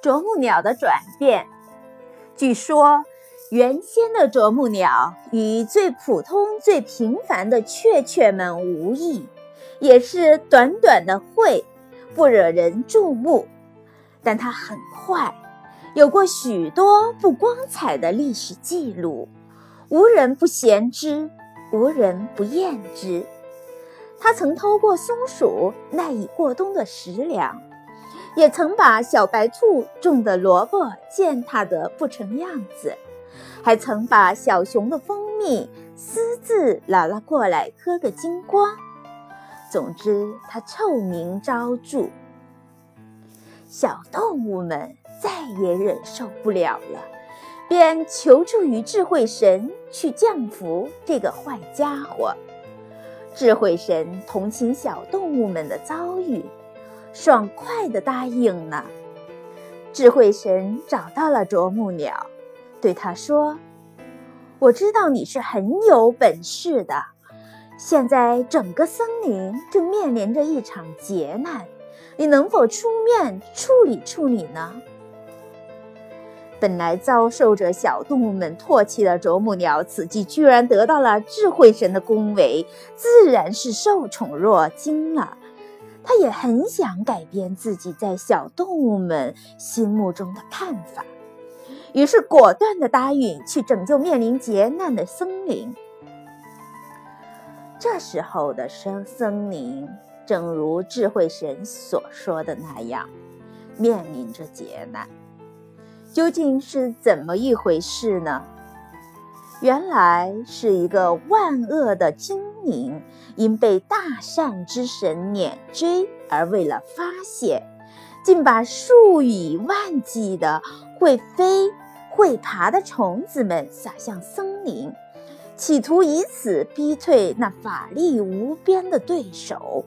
啄木鸟的转变。据说原先的啄木鸟与最普通最平凡的雀雀们无异，也是短短的喙，不惹人注目。但它很快有过许多不光彩的历史记录，无人不嫌之，无人不厌之。他曾偷过松鼠赖以过冬的食粮，也曾把小白兔种的萝卜践踏得不成样子，还曾把小熊的蜂蜜私自拿了过来喝个精光。总之，他臭名昭著。小动物们再也忍受不了了，便求助于智慧神去降服这个坏家伙。智慧神同情小动物们的遭遇，爽快地答应了。智慧神找到了啄木鸟，对他说：我知道你是很有本事的，现在整个森林正面临着一场劫难，你能否出面处理处理呢？本来遭受着小动物们唾弃的啄木鸟，此际居然得到了智慧神的恭维，自然是受宠若惊了。他也很想改变自己在小动物们心目中的看法，于是果断地答应去拯救面临劫难的森林。这时候的森林正如智慧神所说的那样，面临着劫难。究竟是怎么一回事呢？原来是一个万恶的精灵，因被大善之神撵追，而为了发泄，竟把数以万计的会飞会爬的虫子们撒向森林，企图以此逼退那法力无边的对手。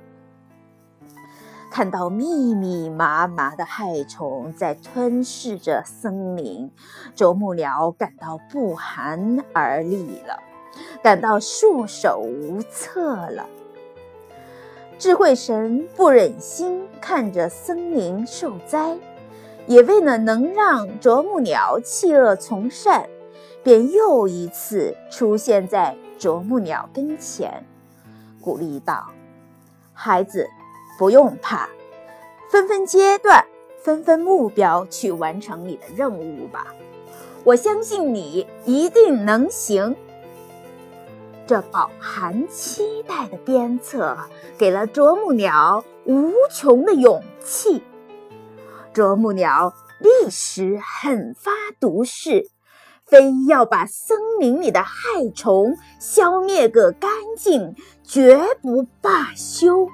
看到密密麻麻的害虫在吞噬着森林，啄木鸟感到不寒而栗了，感到束手无策了。智慧神不忍心看着森林受灾，也为了能让啄木鸟弃恶从善，便又一次出现在啄木鸟跟前，鼓励道：孩子，不用怕，分分阶段，分分目标去完成你的任务吧，我相信你一定能行。这饱含期待的鞭策给了啄木鸟无穷的勇气。啄木鸟立时狠发毒誓，非要把森林里的害虫消灭个干净，绝不罢休。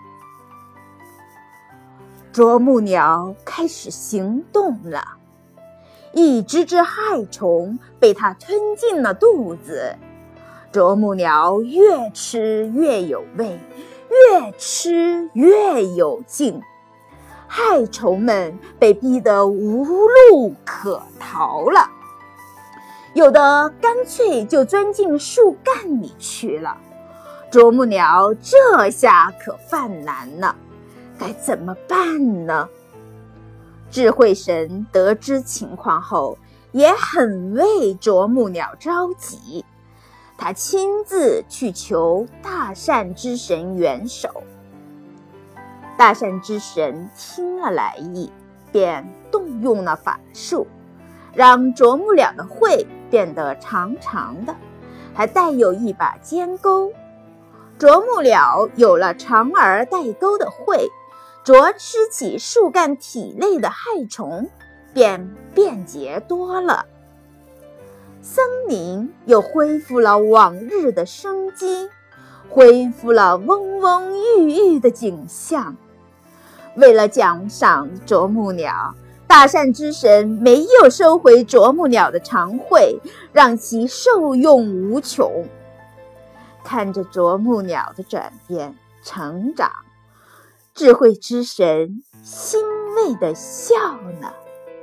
啄木鸟开始行动了，一只只害虫被它吞进了肚子。啄木鸟越吃越有味，越吃越有劲，害虫们被逼得无路可逃了，有的干脆就钻进树干里去了。啄木鸟这下可犯难了，该怎么办呢？智慧神得知情况后，也很为啄木鸟着急，他亲自去求大善之神援手。大善之神听了来意，便动用了法术，让啄木鸟的喙变得长长的，还带有一把尖钩。啄木鸟有了长而带钩的喙，啄吃起树干体内的害虫便便捷多了。森林又恢复了往日的生机，恢复了嗡嗡郁郁的景象。为了奖赏啄木鸟，大善之神没有收回啄木鸟的长喙，让其受用无穷。看着啄木鸟的转变成长，智慧之神欣慰地笑了。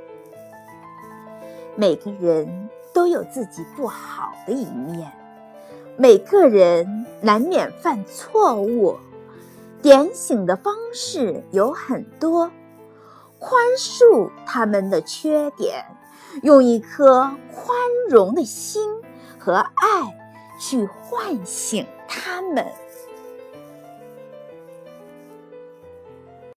每个人都有自己不好的一面，每个人难免犯错误，点醒的方式有很多。 宽恕他们的缺点，用一颗宽容的心和爱去唤醒他们。